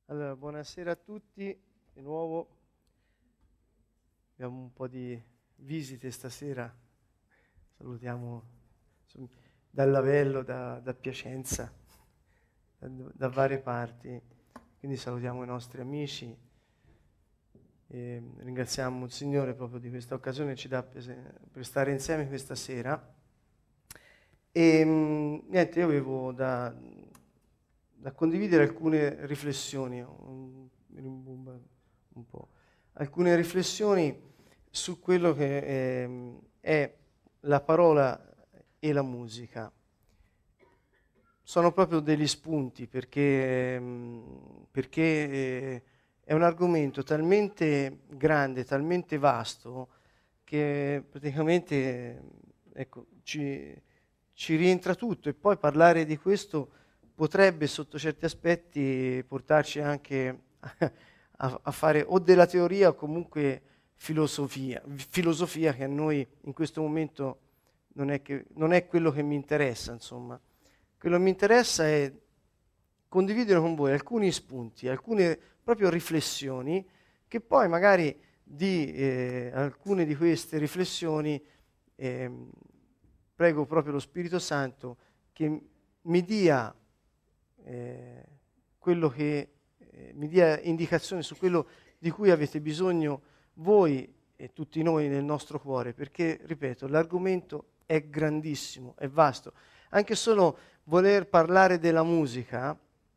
Allora, buonasera a tutti, di nuovo abbiamo un po' di visite stasera, salutiamo dal Lavello, da Piacenza, da varie parti, quindi salutiamo i nostri amici e ringraziamo il Signore proprio di questa occasione che ci dà per stare insieme questa sera. E niente, io avevo da condividere alcune riflessioni, un po', alcune riflessioni su quello che è la parola e la musica. Sono proprio degli spunti perché è un argomento talmente grande, talmente vasto che praticamente ecco, ci rientra tutto, e poi parlare di questo potrebbe sotto certi aspetti portarci anche a fare o della teoria o comunque filosofia che a noi in questo momento non è quello che mi interessa, insomma. Quello che mi interessa è condividere con voi alcuni spunti, alcune proprio riflessioni, che poi magari di alcune di queste riflessioni prego proprio lo Spirito Santo che mi dia quello che mi dia indicazioni su quello di cui avete bisogno voi e tutti noi nel nostro cuore, perché, ripeto, l'argomento è grandissimo, è vasto. Anche solo voler parlare della musica,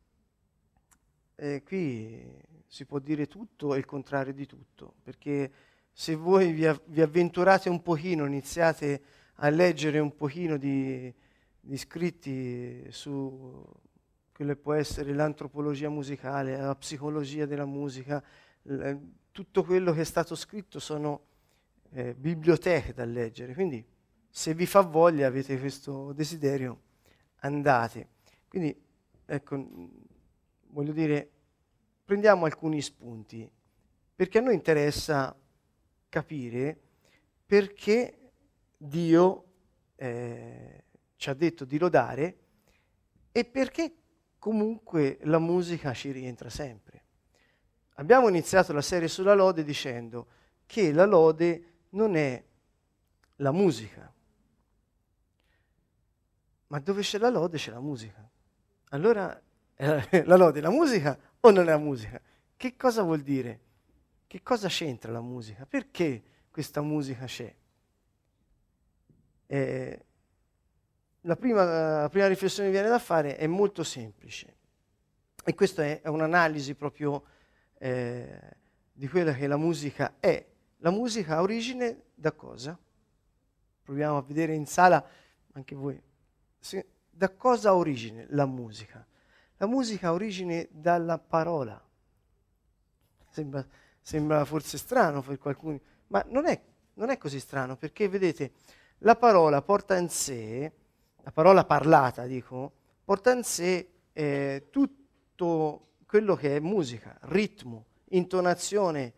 qui si può dire tutto e il contrario di tutto, perché se voi vi avventurate un pochino, iniziate a leggere un pochino di scritti su quello che può essere l'antropologia musicale, la psicologia della musica, tutto quello che è stato scritto sono biblioteche da leggere, quindi se vi fa voglia, avete questo desiderio, andate. Quindi, ecco, voglio dire, prendiamo alcuni spunti, perché a noi interessa capire perché Dio ci ha detto di lodare e perché comunque la musica ci rientra sempre. Abbiamo iniziato la serie sulla lode dicendo che la lode non è la musica, ma dove c'è la lode c'è la musica. Allora la lode è la musica o non è la musica? Che cosa vuol dire? Che cosa c'entra la musica? Perché questa musica c'è? La prima riflessione che viene da fare è molto semplice, e questa è un'analisi proprio di quella che la musica è. La musica ha origine da cosa? Proviamo a vedere in sala, anche voi. Da cosa ha origine la musica? La musica ha origine dalla parola. Sembra forse strano per qualcuno, ma non è così strano, perché vedete, la parola porta in sé, la parola parlata, dico, porta in sé tutto quello che è musica, ritmo, intonazione,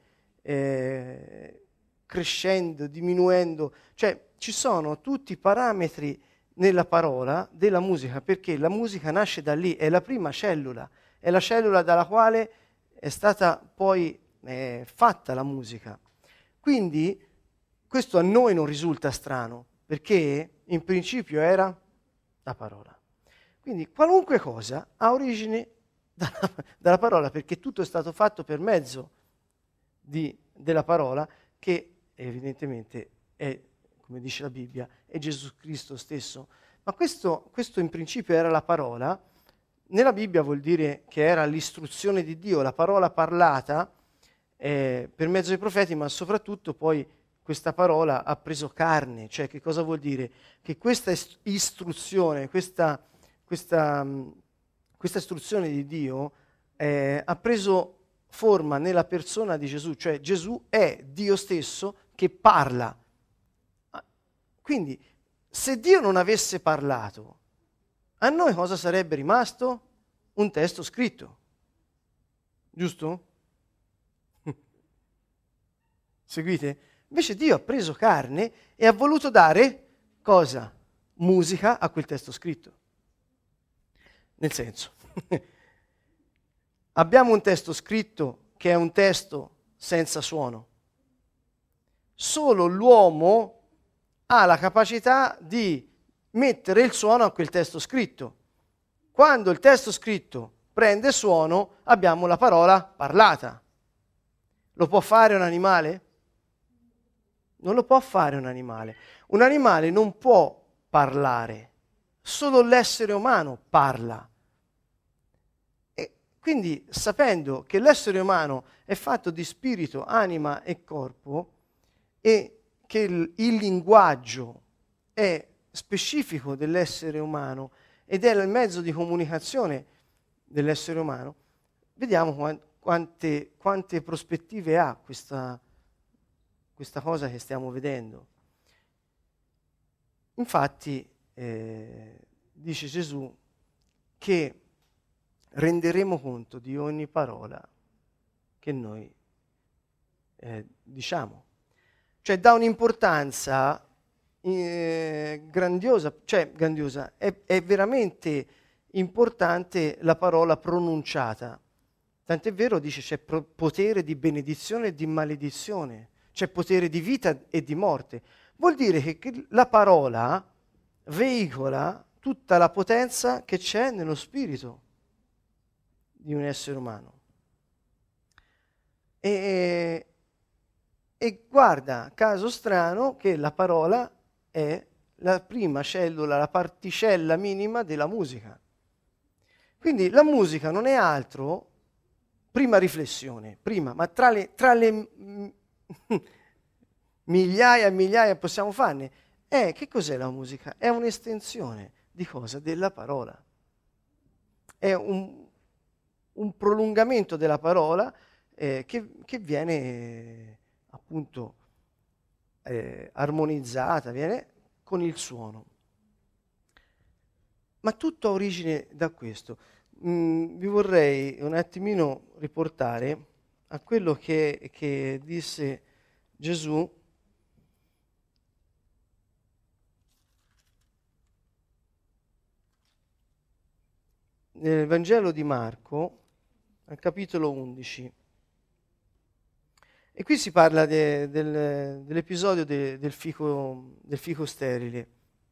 crescendo, diminuendo, cioè ci sono tutti i parametri nella parola della musica, perché la musica nasce da lì, è la prima cellula, è la cellula dalla quale è stata poi fatta la musica. Quindi questo a noi non risulta strano, perché in principio era la parola. Quindi qualunque cosa ha origine dalla parola, perché tutto è stato fatto per mezzo della parola, che evidentemente è, come dice la Bibbia, è Gesù Cristo stesso. Ma questo in principio era la parola. Nella Bibbia vuol dire che era l'istruzione di Dio, la parola parlata per mezzo dei profeti, ma soprattutto poi questa parola ha preso carne. Cioè, che cosa vuol dire? Che questa istruzione, questa istruzione di Dio ha preso forma nella persona di Gesù, cioè Gesù è Dio stesso che parla. Quindi, se Dio non avesse parlato, a noi cosa sarebbe rimasto? Un testo scritto. Giusto? Seguite? Invece Dio ha preso carne e ha voluto dare cosa? Musica a quel testo scritto. Nel senso, abbiamo un testo scritto che è un testo senza suono. Solo l'uomo ha la capacità di mettere il suono a quel testo scritto. Quando il testo scritto prende suono, abbiamo la parola parlata. Lo può fare un animale? Non lo può fare un animale. Un animale non può parlare, solo l'essere umano parla. E quindi, sapendo che l'essere umano è fatto di spirito, anima e corpo, e che il linguaggio è specifico dell'essere umano ed è il mezzo di comunicazione dell'essere umano, vediamo quante prospettive ha questa cosa che stiamo vedendo. Infatti dice Gesù che renderemo conto di ogni parola che noi diciamo. Cioè dà un'importanza grandiosa, è veramente importante la parola pronunciata. Tant'è vero, dice, c'è potere di benedizione e di maledizione, c'è potere di vita e di morte. Vuol dire che la parola veicola tutta la potenza che c'è nello spirito di un essere umano. E guarda, caso strano, che la parola è la prima cellula, la particella minima della musica. Quindi la musica non è altro, prima riflessione, ma tra le migliaia e migliaia possiamo farne, che cos'è la musica? È un'estensione di cosa? Della parola. È un prolungamento della parola che viene appunto armonizzata, viene con il suono. Ma tutto ha origine da questo. Vi vorrei un attimino riportare a quello che disse Gesù nel Vangelo di Marco, al capitolo 11. E qui si parla dell'episodio del fico sterile.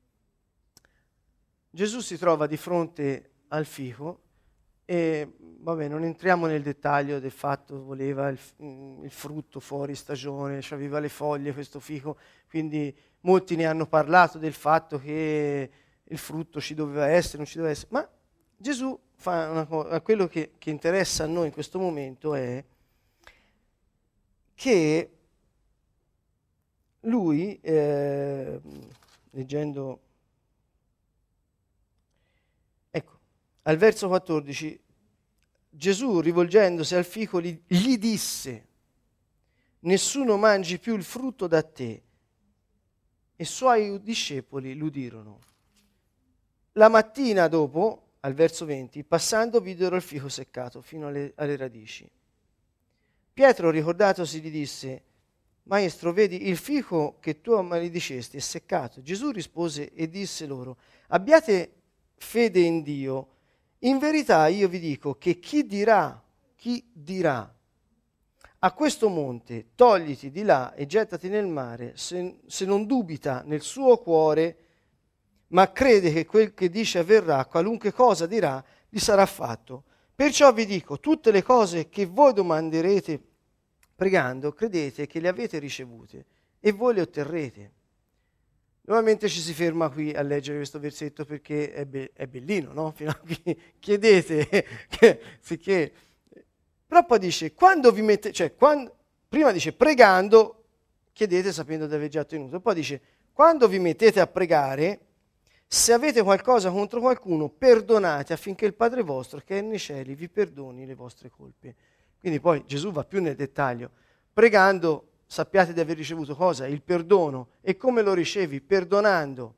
Gesù si trova di fronte al fico e, vabbè, non entriamo nel dettaglio del fatto che voleva il frutto fuori stagione, aveva le foglie questo fico, quindi molti ne hanno parlato del fatto che il frutto ci doveva essere, non ci doveva essere, ma Gesù fa una cosa, quello che interessa a noi in questo momento è che lui, leggendo, ecco, al verso 14, Gesù rivolgendosi al fico gli disse: nessuno mangi più il frutto da te. E i suoi discepoli l'udirono. La mattina dopo, al verso 20, passando videro il fico seccato fino alle radici. Pietro, ricordatosi, gli disse: Maestro, vedi, il fico che tu maledicesti è seccato. Gesù rispose e disse loro: abbiate fede in Dio. In verità io vi dico che chi dirà a questo monte, togliti di là e gettati nel mare, se non dubita nel suo cuore, ma crede che quel che dice avverrà, qualunque cosa dirà, gli sarà fatto. Perciò vi dico, tutte le cose che voi domanderete pregando, credete che le avete ricevute e voi le otterrete. Nuovamente ci si ferma qui a leggere questo versetto perché è bellino, no? Fino a qui chiedete, sicché. Però poi dice, quando vi mettete, prima dice pregando, chiedete sapendo di aver già ottenuto. Poi dice, quando vi mettete a pregare, se avete qualcosa contro qualcuno, perdonate affinché il Padre vostro che è nei cieli vi perdoni le vostre colpe. Quindi poi Gesù va più nel dettaglio. Pregando sappiate di aver ricevuto cosa? Il perdono. E come lo ricevi? Perdonando.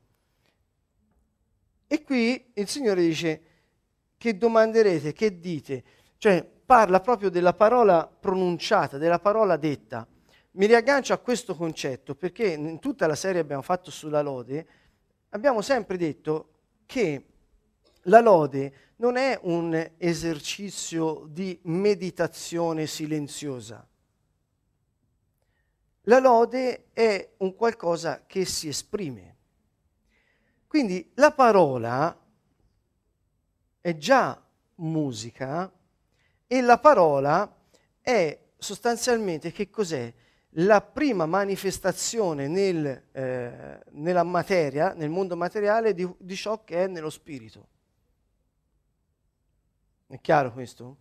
E qui il Signore dice che domanderete, che dite. Cioè parla proprio della parola pronunciata, della parola detta. Mi riaggancio a questo concetto perché in tutta la serie abbiamo fatto sulla lode, abbiamo sempre detto che la lode non è un esercizio di meditazione silenziosa. La lode è un qualcosa che si esprime. Quindi la parola è già musica e la parola è sostanzialmente che cos'è? La prima manifestazione nella materia, nel mondo materiale, di ciò che è nello spirito. È chiaro questo?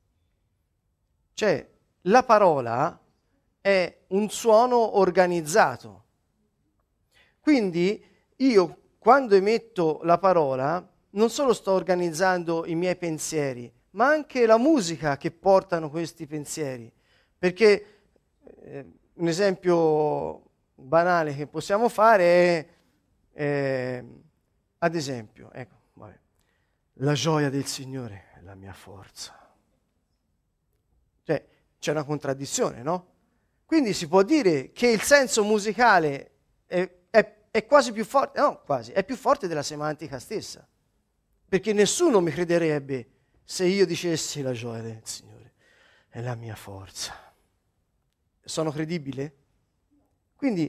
Cioè, la parola è un suono organizzato. Quindi io, quando emetto la parola, non solo sto organizzando i miei pensieri, ma anche la musica che portano questi pensieri. Perché un esempio banale che possiamo fare è, ad esempio, ecco, vabbè, la gioia del Signore è la mia forza. Cioè, c'è una contraddizione, no? Quindi si può dire che il senso musicale è quasi più forte, no, quasi, è più forte della semantica stessa. Perché nessuno mi crederebbe se io dicessi la gioia del Signore è la mia forza. Sono credibile? Quindi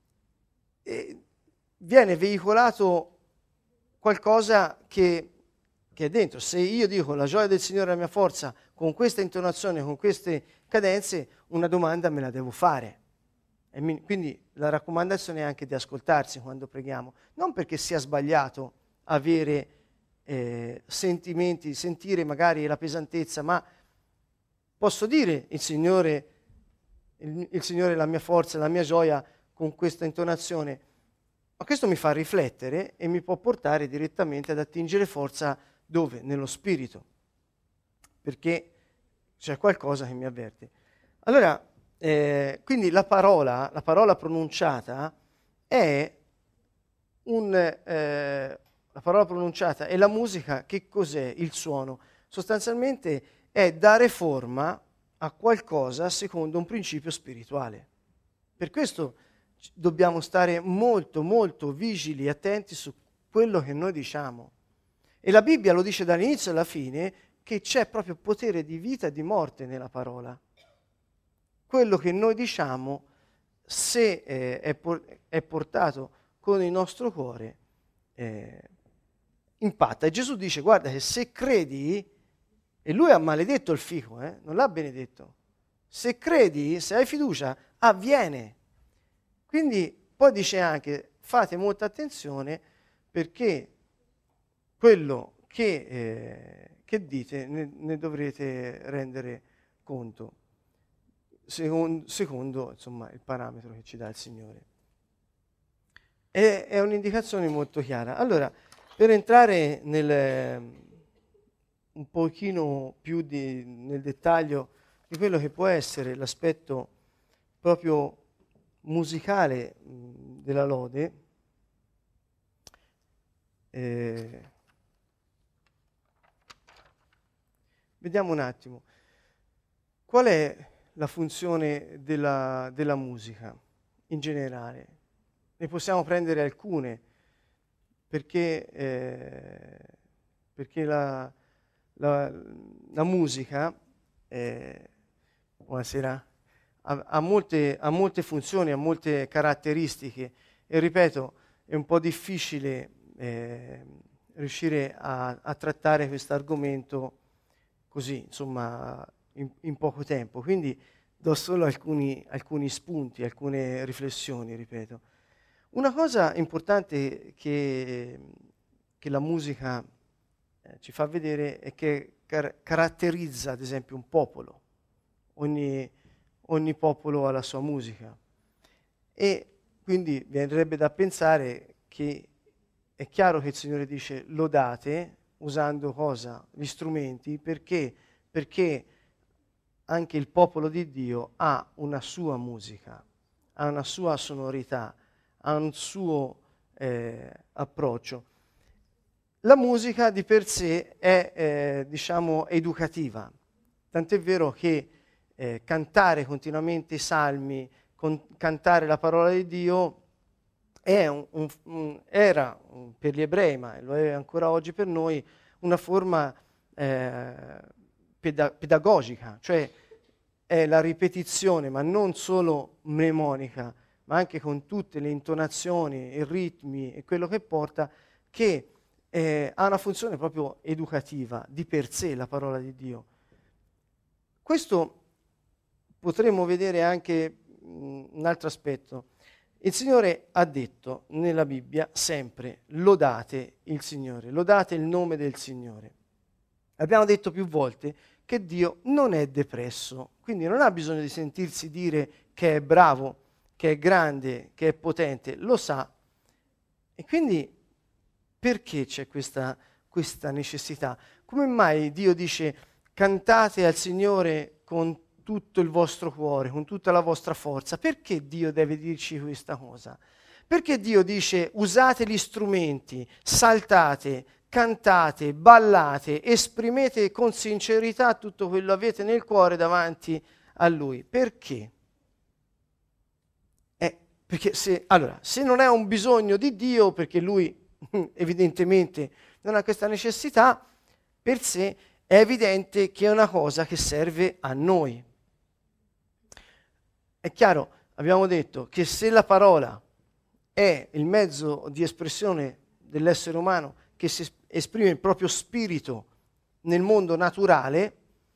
viene veicolato qualcosa che è dentro. Se io dico la gioia del Signore è la mia forza, con questa intonazione, con queste cadenze, una domanda me la devo fare. Quindi la raccomandazione è anche di ascoltarsi quando preghiamo, non perché sia sbagliato avere sentimenti, sentire magari la pesantezza, ma posso dire il Signore è la mia forza, la mia gioia con questa intonazione, ma questo mi fa riflettere e mi può portare direttamente ad attingere forza dove? Nello spirito, perché c'è qualcosa che mi avverte. Allora, quindi la parola pronunciata è la parola pronunciata e la musica, che cos'è? Il suono. Sostanzialmente è dare forma a qualcosa secondo un principio spirituale. Per questo dobbiamo stare molto, molto vigili e attenti su quello che noi diciamo. E la Bibbia lo dice dall'inizio alla fine che c'è proprio potere di vita e di morte nella parola. Quello che noi diciamo, se è portato con il nostro cuore, impatta. E Gesù dice, guarda che se credi, e lui ha maledetto il fico, non l'ha benedetto, se credi, se hai fiducia, avviene. Quindi poi dice anche, fate molta attenzione perché quello che dite ne dovrete rendere conto, secondo insomma, il parametro che ci dà il Signore. È un'indicazione molto chiara. Allora, per entrare un pochino più nel dettaglio di quello che può essere l'aspetto proprio musicale della lode, vediamo un attimo qual è la funzione della musica in generale. Ne possiamo prendere alcune perché la musica buonasera, ha molte funzioni, ha molte caratteristiche e ripeto, è un po' difficile riuscire a trattare questo argomento così, insomma, in poco tempo. Quindi do solo alcuni spunti, alcune riflessioni, ripeto. Una cosa importante che la musica ci fa vedere è che caratterizza, ad esempio, un popolo. Ogni popolo ha la sua musica. E quindi verrebbe da pensare che è chiaro che il Signore dice lodate usando cosa? Gli strumenti, perché? Perché anche il popolo di Dio ha una sua musica, ha una sua sonorità, ha un suo approccio. La musica di per sé è diciamo, educativa, tant'è vero che cantare continuamente i salmi, cantare la parola di Dio era per gli ebrei, ma lo è ancora oggi per noi, una forma pedagogica, cioè è la ripetizione, ma non solo mnemonica, ma anche con tutte le intonazioni, i ritmi e quello che porta, che ha una funzione proprio educativa di per sé, la parola di Dio. Questo potremmo vedere anche un altro aspetto. Il Signore ha detto nella Bibbia sempre: lodate il Signore, lodate il nome del Signore. Abbiamo detto più volte che Dio non è depresso, quindi non ha bisogno di sentirsi dire che è bravo, che è grande, che è potente, lo sa. E quindi perché c'è questa necessità? Come mai Dio dice: cantate al Signore con tutto il vostro cuore, con tutta la vostra forza? Perché Dio deve dirci questa cosa? Perché Dio dice: usate gli strumenti, saltate, cantate, ballate, esprimete con sincerità tutto quello che avete nel cuore davanti a Lui? Perché? Perché se non è un bisogno di Dio, perché Lui evidentemente non ha questa necessità, per sé è evidente che è una cosa che serve a noi. È chiaro, abbiamo detto che se la parola è il mezzo di espressione dell'essere umano che si esprime il proprio spirito nel mondo naturale,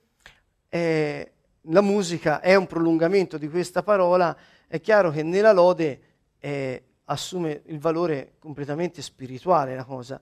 la musica è un prolungamento di questa parola. È chiaro che nella lode assume il valore completamente spirituale la cosa.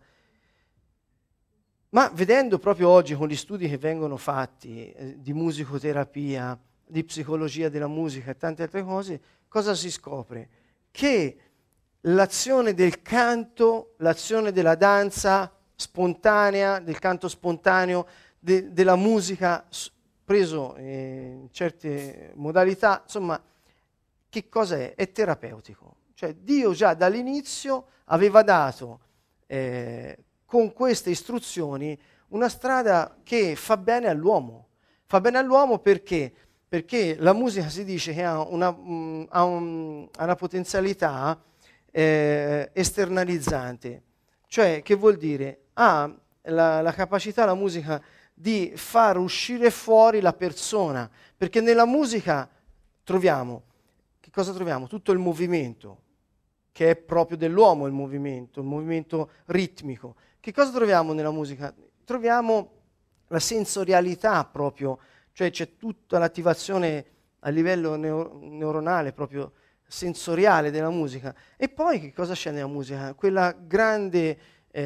Ma vedendo proprio oggi con gli studi che vengono fatti di musicoterapia, di psicologia della musica e tante altre cose, cosa si scopre? Che l'azione del canto, l'azione della danza spontanea, del canto spontaneo, della musica preso in certe modalità, insomma, che cosa è? È terapeutico. Cioè Dio già dall'inizio aveva dato con queste istruzioni una strada che fa bene all'uomo. Fa bene all'uomo perché? Perché la musica si dice che ha una potenzialità esternalizzante, cioè che vuol dire ha la capacità, la musica, di far uscire fuori la persona, perché nella musica troviamo, che cosa troviamo? Tutto il movimento, che è proprio dell'uomo il movimento ritmico. Che cosa troviamo nella musica? Troviamo la sensorialità proprio, cioè c'è tutta l'attivazione a livello neuronale, proprio sensoriale della musica. E poi che cosa c'è nella musica? Quella grande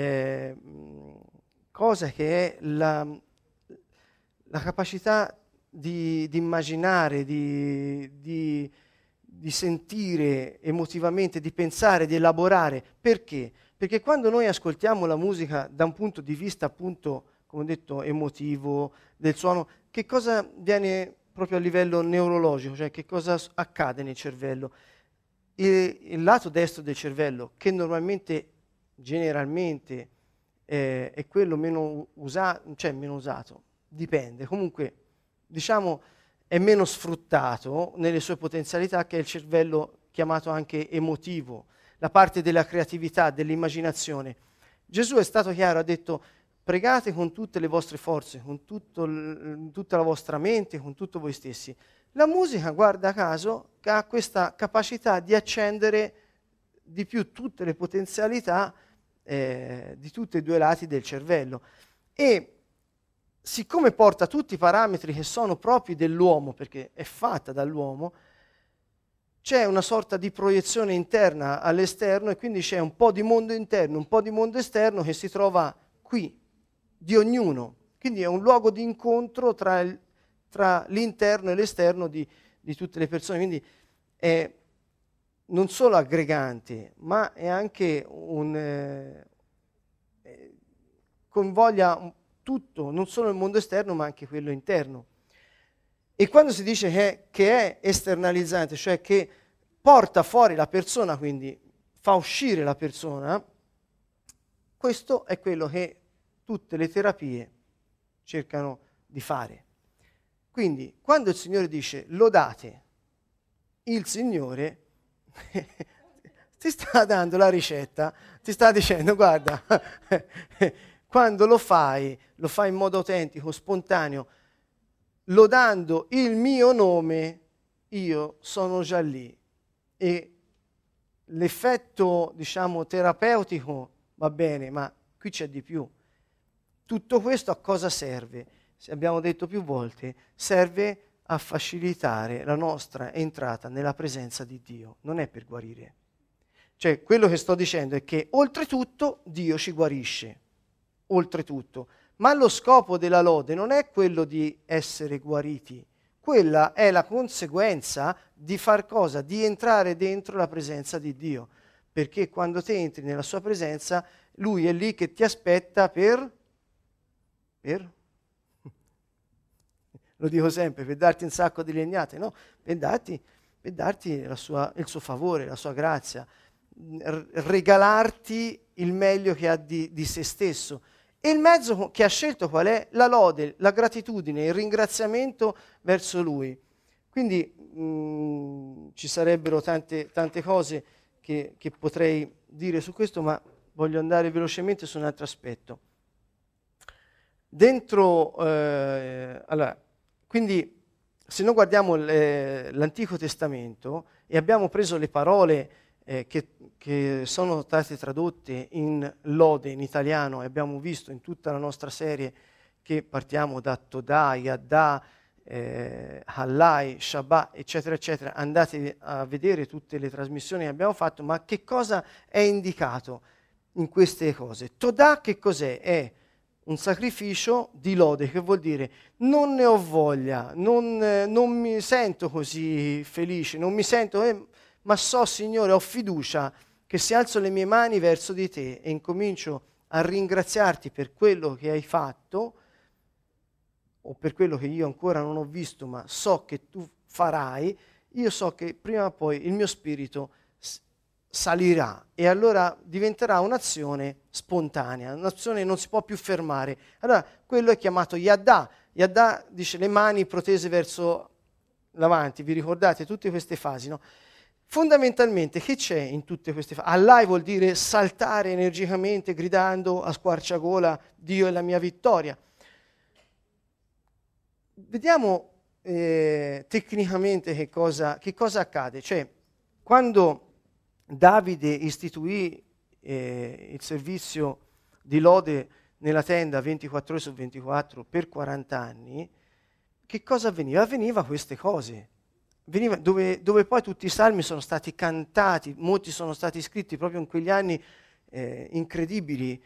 cosa che è la capacità di immaginare, di sentire emotivamente, di pensare, di elaborare. Perché? Perché quando noi ascoltiamo la musica da un punto di vista appunto, come ho detto, emotivo, del suono, che cosa viene proprio a livello neurologico, cioè che cosa accade nel cervello? Il lato destro del cervello, che normalmente, generalmente, è quello meno usato, dipende, comunque diciamo è meno sfruttato nelle sue potenzialità, che è il cervello chiamato anche emotivo, la parte della creatività, dell'immaginazione. Gesù è stato chiaro, ha detto: pregate con tutte le vostre forze, con tutta la vostra mente, con tutto voi stessi. La musica, guarda caso, ha questa capacità di accendere di più tutte le potenzialità di tutti e due i lati del cervello. E siccome porta tutti i parametri che sono propri dell'uomo, perché è fatta dall'uomo, c'è una sorta di proiezione interna all'esterno, e quindi c'è un po' di mondo interno, un po' di mondo esterno che si trova qui, di ognuno. Quindi è un luogo di incontro tra l'interno e l'esterno di tutte le persone. Quindi è non solo aggregante, ma è anche convoglia tutto, non solo il mondo esterno, ma anche quello interno. E quando si dice che è esternalizzante, cioè che porta fuori la persona, quindi fa uscire la persona, questo è quello che tutte le terapie cercano di fare. Quindi, quando il Signore dice lodate il Signore, ti sta dando la ricetta, ti sta dicendo: guarda, quando lo fai in modo autentico, spontaneo, lodando il mio nome, io sono già lì. E l'effetto, diciamo, terapeutico va bene, ma qui c'è di più. Tutto questo a cosa serve? Se abbiamo detto più volte, serve a facilitare la nostra entrata nella presenza di Dio, non è per guarire. Cioè, quello che sto dicendo è che oltretutto Dio ci guarisce, oltretutto. Ma lo scopo della lode non è quello di essere guariti, quella è la conseguenza di far cosa? Di entrare dentro la presenza di Dio, perché quando te entri nella sua presenza, Lui è lì che ti aspetta per? Lo dico sempre, per darti un sacco di legnate, no? Per darti il suo favore, la sua grazia, regalarti il meglio che ha di se stesso. E il mezzo che ha scelto qual è? La lode, la gratitudine, il ringraziamento verso Lui. Quindi ci sarebbero tante cose che potrei dire su questo, ma voglio andare velocemente su un altro aspetto. Allora, quindi se noi guardiamo l'Antico Testamento e abbiamo preso le parole che sono state tradotte in lode in italiano, e abbiamo visto in tutta la nostra serie che partiamo da Todà, Yaddà, Hallai, Shabbat, eccetera, eccetera, andate a vedere tutte le trasmissioni che abbiamo fatto, ma che cosa è indicato in queste cose? Todà che cos'è? È un sacrificio di lode, che vuol dire non ne ho voglia, non mi sento così felice, non mi sento, ma so, Signore, ho fiducia che se alzo le mie mani verso di te e incomincio a ringraziarti per quello che hai fatto, o per quello che io ancora non ho visto, ma so che tu farai, io so che prima o poi il mio spirito salirà e allora diventerà un'azione spontanea, un'azione che non si può più fermare. Allora, quello è chiamato Yaddà. Yaddà dice le mani protese verso l'avanti, vi ricordate tutte queste fasi, no? Fondamentalmente che c'è in tutte queste fasi? Allah vuol dire saltare energicamente, gridando a squarciagola, Dio è la mia vittoria. Vediamo tecnicamente che cosa accade. Cioè, quando Davide istituì il servizio di lode nella tenda 24 ore su 24 per 40 anni, che cosa avveniva? Avveniva queste cose. Veniva dove poi tutti i salmi sono stati cantati, molti sono stati scritti proprio in quegli anni incredibili.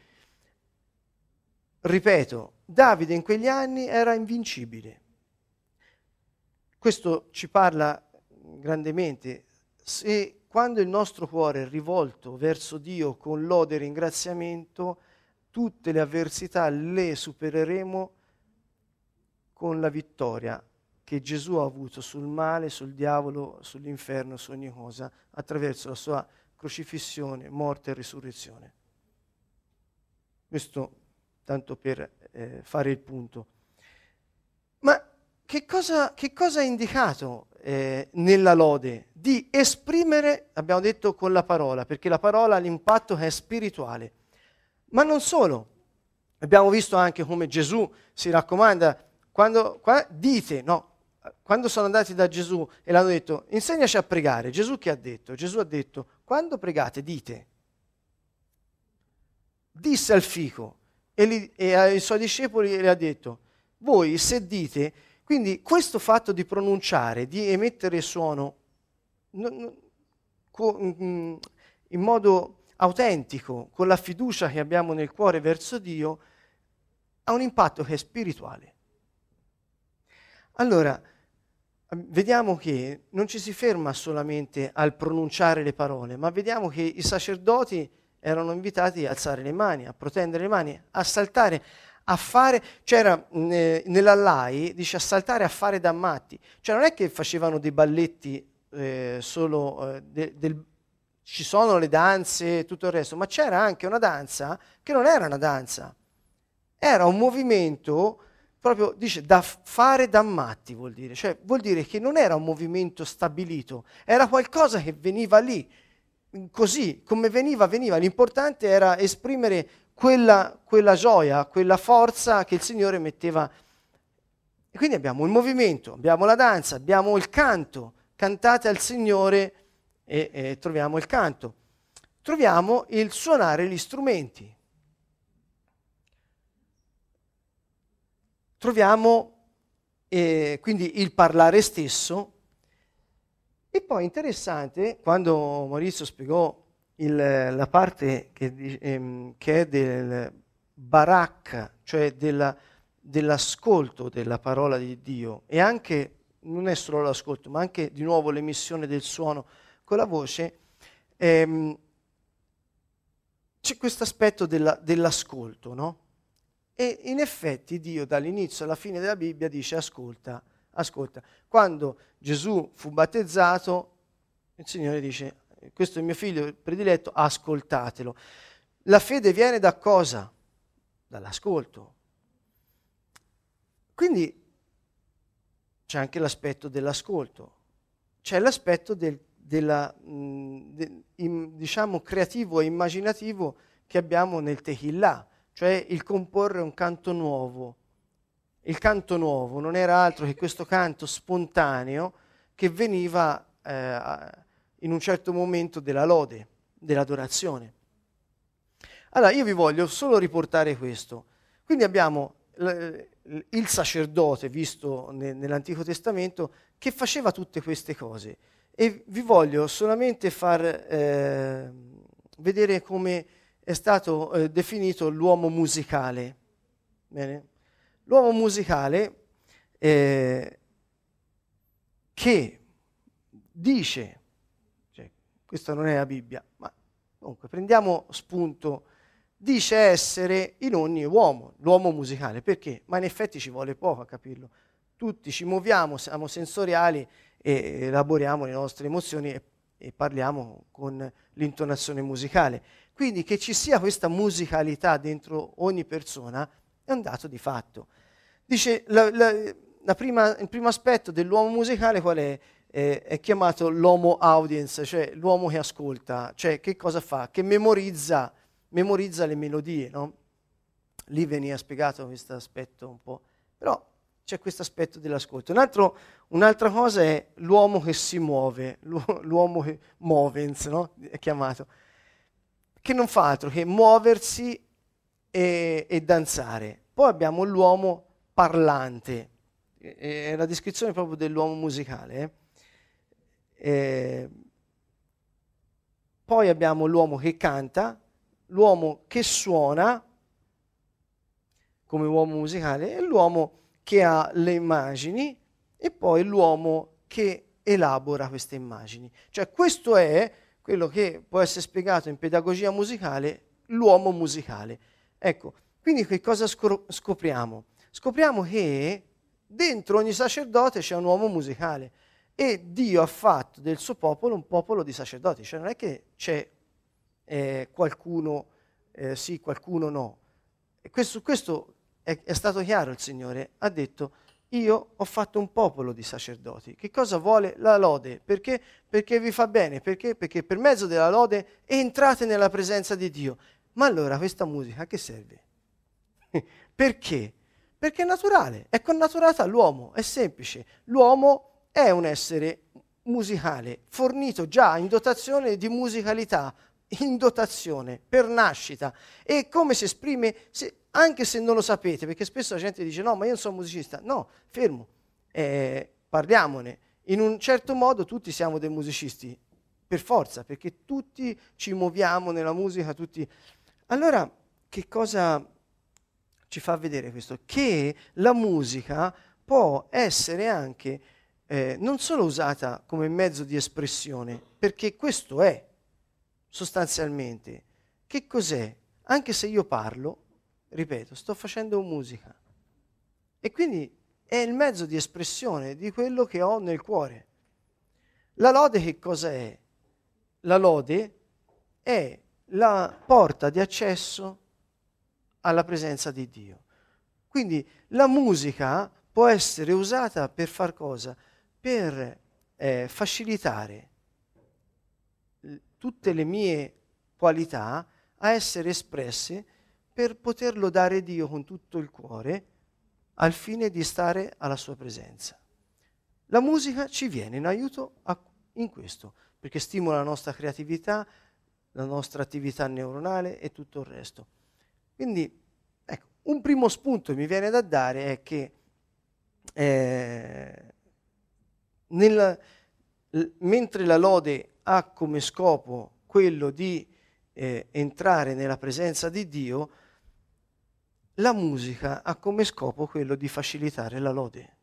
Ripeto, Davide in quegli anni era invincibile. Questo ci parla grandemente. Se quando il nostro cuore è rivolto verso Dio con lode e ringraziamento, tutte le avversità le supereremo con la vittoria che Gesù ha avuto sul male, sul diavolo, sull'inferno, su ogni cosa, attraverso la sua crocifissione, morte e risurrezione. Questo tanto per fare il punto. Ma che cosa è indicato nella lode? Di esprimere, abbiamo detto, con la parola, perché la parola ha l'impatto che è spirituale. Ma non solo. Abbiamo visto anche come Gesù si raccomanda, quando sono andati da Gesù e l'hanno detto, insegnaci a pregare. Gesù che ha detto? Gesù ha detto, quando pregate dite. Disse al fico e ai suoi discepoli le ha detto, voi se dite, quindi questo fatto di pronunciare, di emettere suono in modo autentico, con la fiducia che abbiamo nel cuore verso Dio, ha un impatto che è spirituale. Allora, vediamo che non ci si ferma solamente al pronunciare le parole, ma vediamo che i sacerdoti erano invitati a alzare le mani, a protendere le mani, a saltare, a fare, c'era nell'Allai, dice a saltare, a fare da matti. Cioè non è che facevano dei balletti ci sono le danze e tutto il resto, ma c'era anche una danza che non era una danza, era un movimento proprio, dice, da fare da matti vuol dire, cioè vuol dire che non era un movimento stabilito, era qualcosa che veniva lì, così, come veniva, l'importante era esprimere quella gioia, quella forza che il Signore metteva. E quindi abbiamo il movimento, abbiamo la danza, abbiamo il canto. Cantate al Signore e troviamo il canto. Troviamo il suonare gli strumenti. Troviamo quindi il parlare stesso. E poi interessante, quando Maurizio spiegò la parte che è del barak, cioè dell'ascolto della parola di Dio, e anche, non è solo l'ascolto, ma anche di nuovo l'emissione del suono con la voce, c'è questo aspetto dell'ascolto, no? E in effetti Dio dall'inizio alla fine della Bibbia dice ascolta, ascolta. Quando Gesù fu battezzato, il Signore dice questo è il mio figlio prediletto, ascoltatelo. La fede viene da cosa? Dall'ascolto. Quindi c'è anche l'aspetto dell'ascolto, c'è l'aspetto diciamo creativo e immaginativo che abbiamo nel Tehillah, cioè il comporre un canto nuovo. Il canto nuovo non era altro che questo canto spontaneo che veniva in un certo momento della lode, dell'adorazione. Allora io vi voglio solo riportare questo. Quindi abbiamo il sacerdote visto nell'Antico Testamento che faceva tutte queste cose e vi voglio solamente far vedere come è stato definito l'uomo musicale. Bene? L'uomo musicale che dice, cioè, questa non è la Bibbia, ma comunque prendiamo spunto, dice essere in ogni uomo, l'uomo musicale. Perché? Ma in effetti ci vuole poco a capirlo. Tutti ci muoviamo, siamo sensoriali e elaboriamo le nostre emozioni e parliamo con l'intonazione musicale. Quindi che ci sia questa musicalità dentro ogni persona è un dato di fatto. Dice, il primo aspetto dell'uomo musicale qual è? È chiamato l'homo audience, cioè l'uomo che ascolta, cioè che cosa fa? Che memorizza le melodie, no? Lì veniva spiegato questo aspetto un po', però c'è questo aspetto dell'ascolto. Un'altra cosa è l'uomo che si muove, l'uomo che movens, no? È chiamato, che non fa altro che muoversi e danzare. Poi abbiamo l'uomo parlante, è la descrizione proprio dell'uomo musicale. Poi abbiamo l'uomo che canta, l'uomo che suona come uomo musicale e l'uomo che ha le immagini e poi l'uomo che elabora queste immagini. Cioè questo è quello che può essere spiegato in pedagogia musicale, l'uomo musicale. Ecco, quindi che cosa scopriamo? Scopriamo che dentro ogni sacerdote c'è un uomo musicale e Dio ha fatto del suo popolo un popolo di sacerdoti, cioè non è che c'è qualcuno sì, qualcuno no. E questo è stato chiaro, il Signore ha detto io ho fatto un popolo di sacerdoti. Che cosa vuole? La lode. Perché? Perché vi fa bene. Perché? Perché per mezzo della lode entrate nella presenza di Dio. Ma allora questa musica a che serve? Perché? Perché è naturale, è connaturata all'uomo, è semplice. L'uomo è un essere musicale, fornito già in dotazione di musicalità, in dotazione, per nascita. E come si esprime, anche se non lo sapete, perché spesso la gente dice no, ma io non sono musicista. No, fermo, parliamone. In un certo modo tutti siamo dei musicisti, per forza, perché tutti ci muoviamo nella musica, tutti. Allora, che cosa ci fa vedere questo? Che la musica può essere anche non solo usata come mezzo di espressione, perché questo è sostanzialmente. Che cos'è? Anche se io parlo, ripeto, sto facendo musica. E quindi è il mezzo di espressione di quello che ho nel cuore. La lode che cosa è? La lode è la porta di accesso alla presenza di Dio. Quindi la musica può essere usata per far cosa? Per facilitare tutte le mie qualità a essere espresse per poter lodare Dio con tutto il cuore al fine di stare alla sua presenza. La musica ci viene in aiuto in questo, perché stimola la nostra creatività, la nostra attività neuronale e tutto il resto. Quindi, ecco, un primo spunto mi viene da dare è che mentre la lode ha come scopo quello di entrare nella presenza di Dio, la musica ha come scopo quello di facilitare la lode.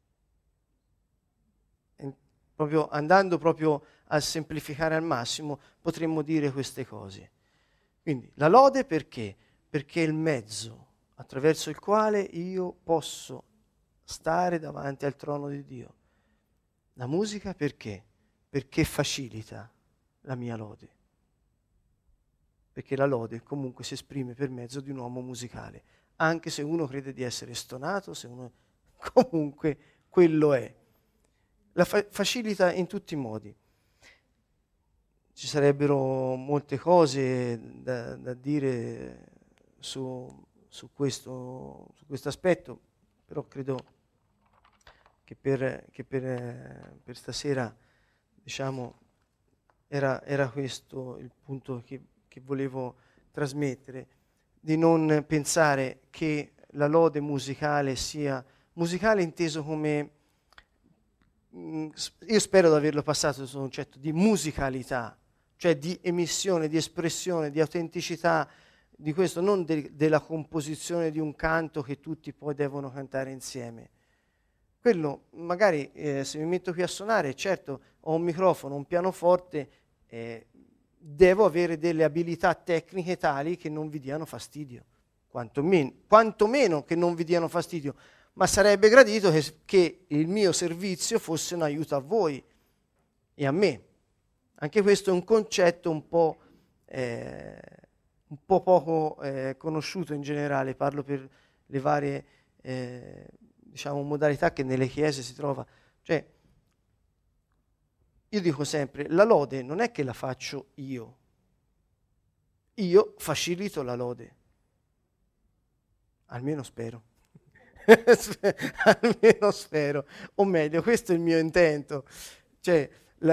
Andando proprio a semplificare al massimo, potremmo dire queste cose. Quindi la lode perché? Perché è il mezzo attraverso il quale io posso stare davanti al trono di Dio. La musica perché? Perché facilita la mia lode. Perché la lode comunque si esprime per mezzo di un uomo musicale, anche se uno crede di essere stonato, se uno comunque quello è. La facilita in tutti i modi. Ci sarebbero molte cose da dire su questo aspetto, però credo che per stasera, diciamo, era questo il punto che volevo trasmettere, di non pensare che la lode musicale sia musicale inteso come, io spero di averlo passato questo concetto di musicalità, cioè di emissione, di espressione, di autenticità, di questo, non della composizione di un canto che tutti poi devono cantare insieme. Quello, magari se mi metto qui a suonare, certo, ho un microfono, un pianoforte, devo avere delle abilità tecniche tali che non vi diano fastidio, quantomeno che non vi diano fastidio, ma sarebbe gradito che il mio servizio fosse un aiuto a voi e a me. Anche questo è un concetto un po' poco conosciuto in generale, parlo per le varie diciamo modalità che nelle chiese si trova. Cioè, io dico sempre, la lode non è che la faccio io facilito la lode, almeno spero. Almeno spero, o meglio, questo è il mio intento. Cioè,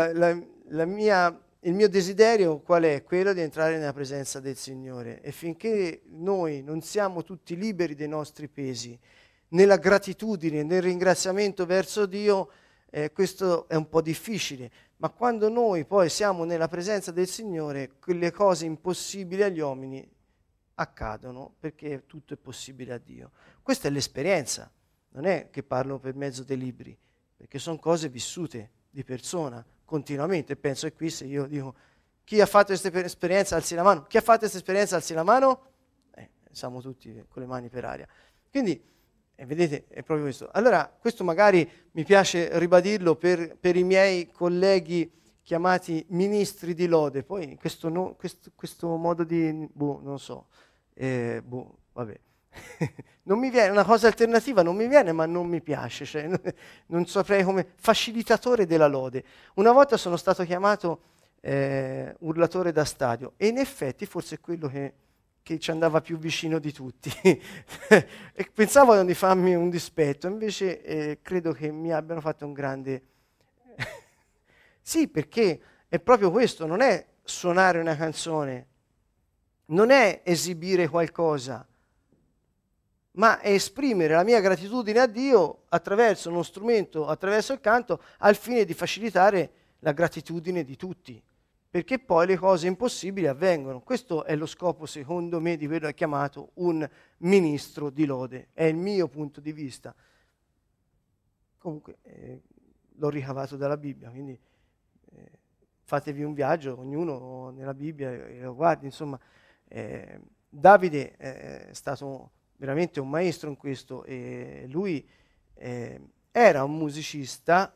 il mio desiderio qual è? Quello di entrare nella presenza del Signore, e finché noi non siamo tutti liberi dei nostri pesi, nella gratitudine, nel ringraziamento verso Dio, questo è un po' difficile, ma quando noi poi siamo nella presenza del Signore, quelle cose impossibili agli uomini accadono, perché tutto è possibile a Dio. Questa è l'esperienza, non è che parlo per mezzo dei libri, perché sono cose vissute di persona continuamente. Penso che qui, se io dico chi ha fatto questa esperienza alzi la mano, chi ha fatto questa esperienza alzi la mano, siamo tutti con le mani per aria. Quindi vedete, è proprio questo. Allora, questo magari mi piace ribadirlo per i miei colleghi chiamati ministri di lode. Poi questo modo di, non so, vabbè. Non mi viene, una cosa alternativa non mi viene, ma non mi piace, cioè, non saprei come facilitatore della lode. Una volta sono stato chiamato urlatore da stadio, e in effetti forse è quello che ci andava più vicino di tutti. E pensavo di farmi un dispetto, invece credo che mi abbiano fatto un grande sì, perché è proprio questo, non è suonare una canzone, non è esibire qualcosa, ma è esprimere la mia gratitudine a Dio attraverso uno strumento, attraverso il canto, al fine di facilitare la gratitudine di tutti, perché poi le cose impossibili avvengono. Questo è lo scopo, secondo me, di quello che è chiamato un ministro di lode, è il mio punto di vista. Comunque l'ho ricavato dalla Bibbia, quindi fatevi un viaggio, ognuno nella Bibbia, e lo guardi, insomma. Davide è stato veramente un maestro in questo, e lui era un musicista,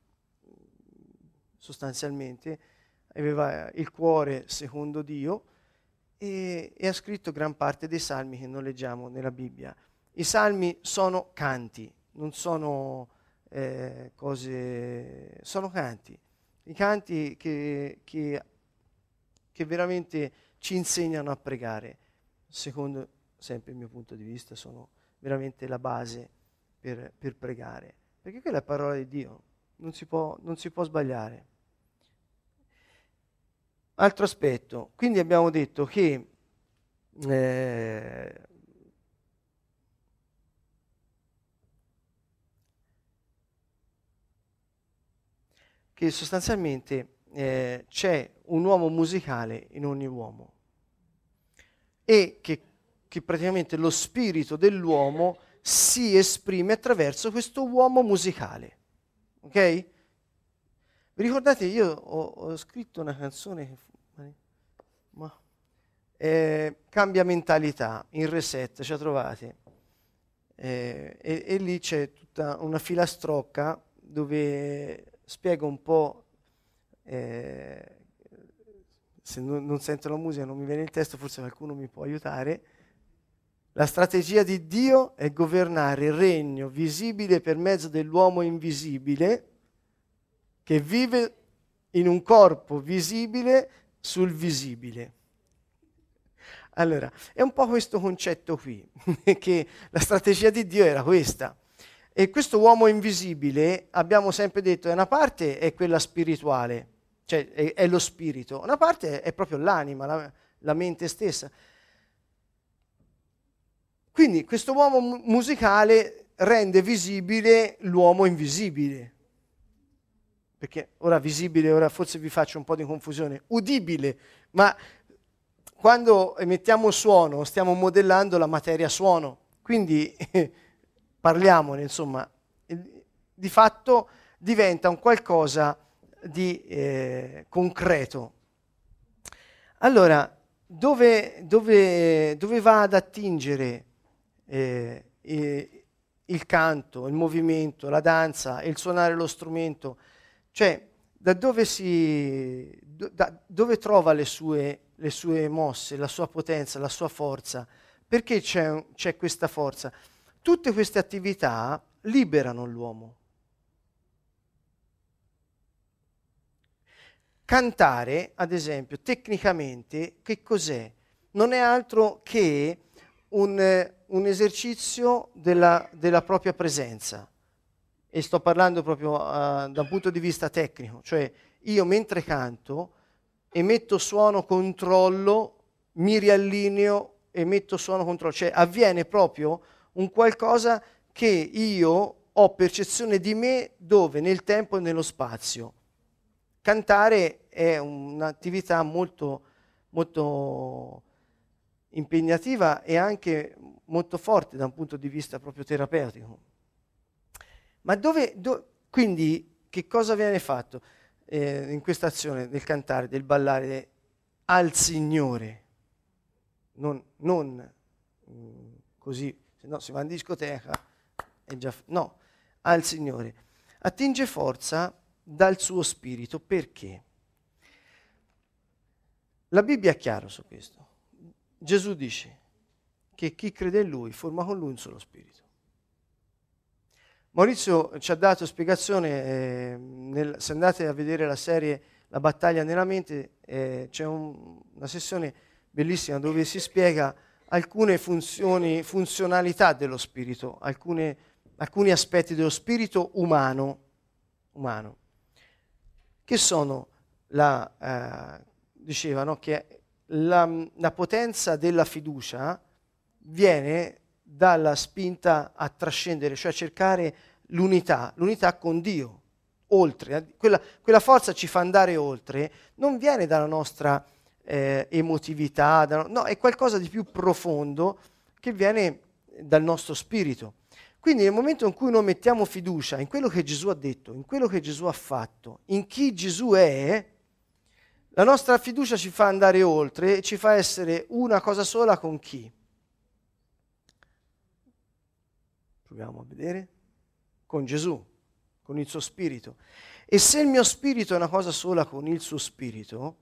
sostanzialmente, aveva il cuore secondo Dio, e ha scritto gran parte dei salmi che noi leggiamo nella Bibbia. I salmi sono canti, non sono cose, sono canti. I canti che veramente ci insegnano a pregare, secondo sempre il mio punto di vista, sono veramente la base per pregare, perché quella è la parola di Dio, non si può sbagliare. Altro aspetto, quindi abbiamo detto che sostanzialmente c'è un uomo musicale in ogni uomo e che praticamente lo spirito dell'uomo si esprime attraverso questo uomo musicale. Ok? Vi ricordate, io ho scritto una canzone che cambia mentalità, in Reset, ce la trovate? E lì c'è tutta una filastrocca dove spiego un po', se non sento la musica non mi viene il testo, forse qualcuno mi può aiutare. La strategia di Dio è governare il regno visibile per mezzo dell'uomo invisibile che vive in un corpo visibile sul visibile. Allora, è un po' questo concetto qui, che la strategia di Dio era questa. E questo uomo invisibile, abbiamo sempre detto, una parte è quella spirituale, cioè è lo spirito, una parte è proprio l'anima, la mente stessa. Quindi questo uomo musicale rende visibile l'uomo invisibile. Perché ora visibile, ora forse vi faccio un po' di confusione, udibile, ma quando emettiamo suono stiamo modellando la materia suono, quindi parliamone, insomma, di fatto diventa un qualcosa di concreto. Allora, dove va ad attingere il canto, il movimento, la danza, il suonare lo strumento? Cioè, da dove dove trova le sue mosse, la sua potenza, la sua forza? Perché c'è questa forza? Tutte queste attività liberano l'uomo. Cantare, ad esempio, tecnicamente, che cos'è? Non è altro che un esercizio della propria presenza. E sto parlando proprio da un punto di vista tecnico, cioè io mentre canto emetto suono, controllo, mi riallineo, emetto suono, controllo, cioè avviene proprio un qualcosa che io ho percezione di me dove? Nel tempo e nello spazio. Cantare è un'attività molto, molto impegnativa e anche molto forte da un punto di vista proprio terapeutico. Ma quindi che cosa viene fatto in questa azione del cantare, del ballare al Signore? Non così, se no si va in discoteca e già... No, al Signore. Attinge forza dal suo spirito. Perché? La Bibbia è chiara su questo. Gesù dice che chi crede in Lui forma con Lui un solo spirito. Maurizio ci ha dato spiegazione, se andate a vedere la serie La battaglia nella mente, c'è una sessione bellissima dove si spiega alcune funzionalità dello spirito, alcuni aspetti dello spirito umano che sono dicevano che la potenza della fiducia viene dalla spinta a trascendere, cioè a cercare l'unità con Dio, oltre. Quella forza ci fa andare oltre, non viene dalla nostra emotività, no, è qualcosa di più profondo che viene dal nostro spirito. Quindi nel momento in cui noi mettiamo fiducia in quello che Gesù ha detto, in quello che Gesù ha fatto, in chi Gesù è, la nostra fiducia ci fa andare oltre e ci fa essere una cosa sola con chi? Proviamo a vedere. Con Gesù, con il suo spirito. E se il mio spirito è una cosa sola con il suo spirito,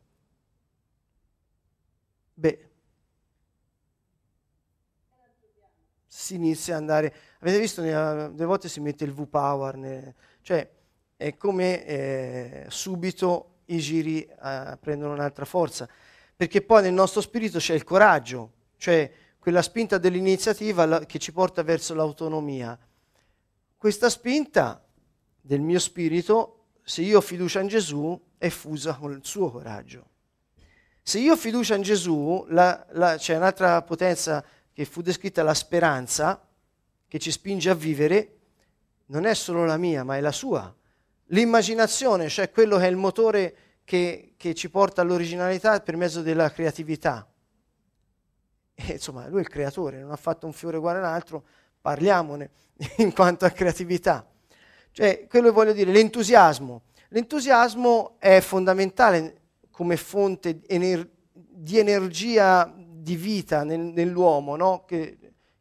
si inizia ad andare... Avete visto, delle volte si mette il V-Power, cioè è come subito i giri prendono un'altra forza, perché poi nel nostro spirito c'è il coraggio, cioè quella spinta dell'iniziativa che ci porta verso l'autonomia. Questa spinta del mio spirito, se io ho fiducia in Gesù, è fusa con il suo coraggio. Se io ho fiducia in Gesù, c'è un'altra potenza che fu descritta, la speranza, che ci spinge a vivere, non è solo la mia, ma è la sua. L'immaginazione, cioè quello che è il motore che ci porta all'originalità per mezzo della creatività. E, insomma, lui è il creatore, non ha fatto un fiore uguale all'altro, parliamone in quanto a creatività. Cioè, quello che voglio dire, l'entusiasmo. L'entusiasmo è fondamentale come fonte di energia di vita nell'uomo, no? Che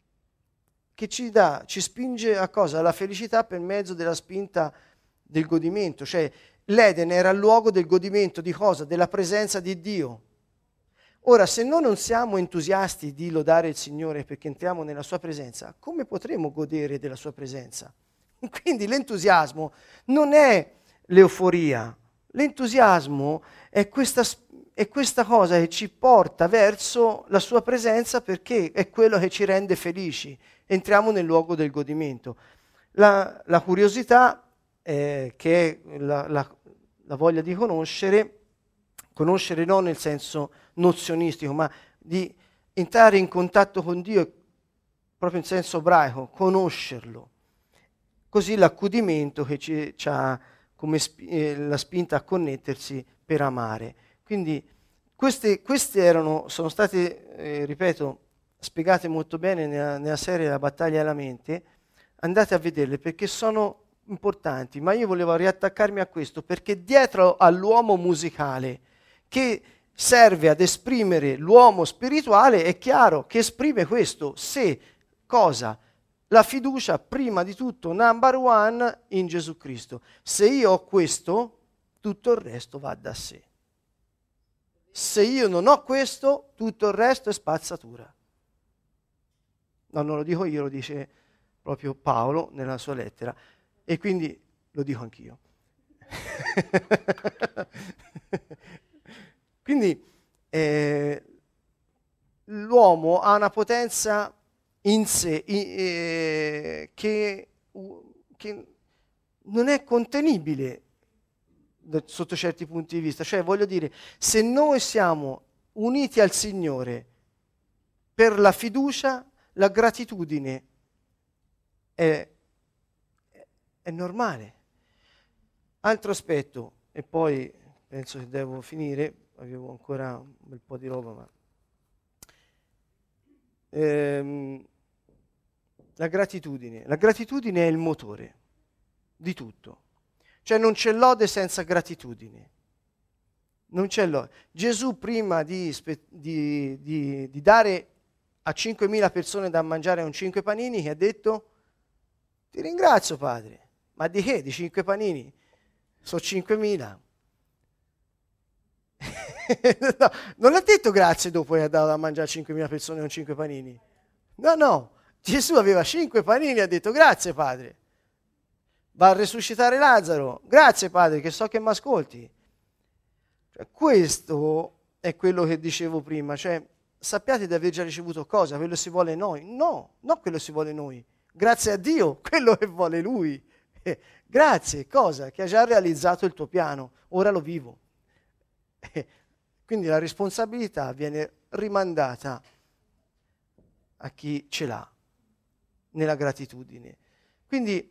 ci spinge a cosa? Alla felicità per mezzo della spinta del godimento. Cioè, l'Eden era il luogo del godimento di cosa? Della presenza di Dio. Ora, se noi non siamo entusiasti di lodare il Signore perché entriamo nella sua presenza, come potremo godere della sua presenza? Quindi l'entusiasmo non è l'euforia, l'entusiasmo è questa cosa che ci porta verso la sua presenza perché è quello che ci rende felici. Entriamo nel luogo del godimento. La curiosità, che è la voglia di conoscere non nel senso nozionistico, ma di entrare in contatto con Dio proprio in senso ebraico, conoscerlo. Così l'accudimento che ci ha come la spinta a connettersi per amare. Quindi queste sono state, ripeto, spiegate molto bene nella serie La battaglia della mente. Andate a vederle perché sono importanti, ma io volevo riattaccarmi a questo perché dietro all'uomo musicale che serve ad esprimere l'uomo spirituale è chiaro che esprime questo, se cosa? La fiducia prima di tutto, number one, in Gesù Cristo. Se io ho questo, tutto il resto va da sé. Se io non ho questo, tutto il resto è spazzatura. No, non lo dico io, lo dice proprio Paolo nella sua lettera. E quindi lo dico anch'io. Quindi l'uomo ha una potenza in sé che non è contenibile sotto certi punti di vista. Cioè, voglio dire, se noi siamo uniti al Signore per la fiducia, la gratitudine è normale. Altro aspetto, e poi penso che devo finire, avevo ancora un bel po' di roba, ma la gratitudine è il motore di tutto. Cioè non c'è lode senza gratitudine. Non c'è lode. Gesù prima di dare a 5.000 persone da mangiare un 5 panini, che ha detto: ti ringrazio, Padre. Ma di che? Di 5 panini? Sono 5.000. No, non ha detto grazie dopo che ha dato da mangiare a 5.000 persone con 5 panini. No. Gesù aveva 5 panini e ha detto: grazie, Padre. Va a resuscitare Lazzaro. Grazie, Padre, che so che mi ascolti. Cioè, questo è quello che dicevo prima. Cioè, sappiate di aver già ricevuto cosa? Quello si vuole noi? No, non quello si vuole noi. Grazie a Dio, quello che vuole Lui. Grazie, cosa? Che ha già realizzato il tuo piano. Ora lo vivo. Quindi la responsabilità viene rimandata a chi ce l'ha, nella gratitudine. Quindi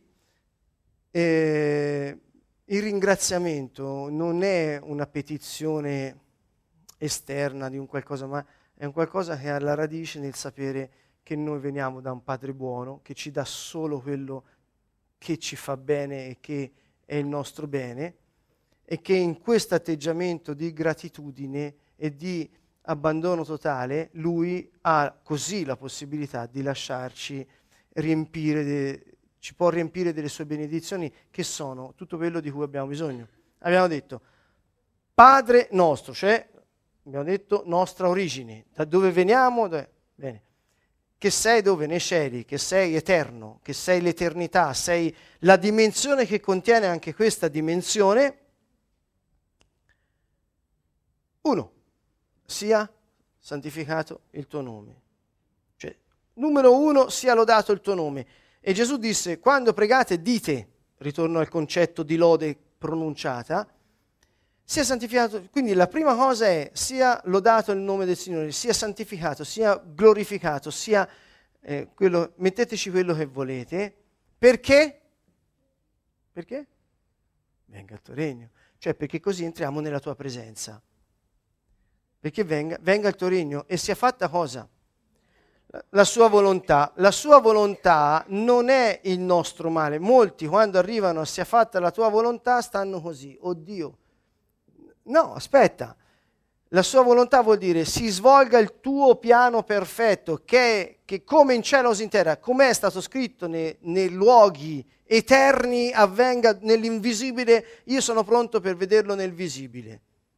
il ringraziamento non è una petizione esterna di un qualcosa, ma è un qualcosa che ha la radice nel sapere che noi veniamo da un Padre buono, che ci dà solo quello che ci fa bene e che è il nostro bene, e che in questo atteggiamento di gratitudine e di abbandono totale, Lui ha così la possibilità di lasciarci riempire, ci può riempire delle sue benedizioni, che sono tutto quello di cui abbiamo bisogno. Abbiamo detto Padre nostro, cioè abbiamo detto nostra origine, da dove veniamo, bene, che sei dove? Nei cieli, che sei eterno, che sei l'eternità, sei la dimensione che contiene anche questa dimensione. Uno, sia santificato il tuo nome. Cioè numero 1, sia lodato il tuo nome. E Gesù disse, quando pregate dite, ritorno al concetto di lode pronunciata, sia santificato. Quindi la prima cosa è sia lodato il nome del Signore, sia santificato, sia glorificato, sia metteteci quello che volete. Perché? Perché? Venga il tuo regno. Cioè perché così entriamo nella tua presenza. Perché venga il tuo regno e sia fatta cosa? La sua volontà. La sua volontà non è il nostro male. Molti quando arrivano a sia fatta la tua volontà stanno così, oddio. No, aspetta. La sua volontà vuol dire si svolga il tuo piano perfetto, che come in cielo così in terra, come è stato scritto nei luoghi eterni, avvenga nell'invisibile. Io sono pronto per vederlo nel visibile.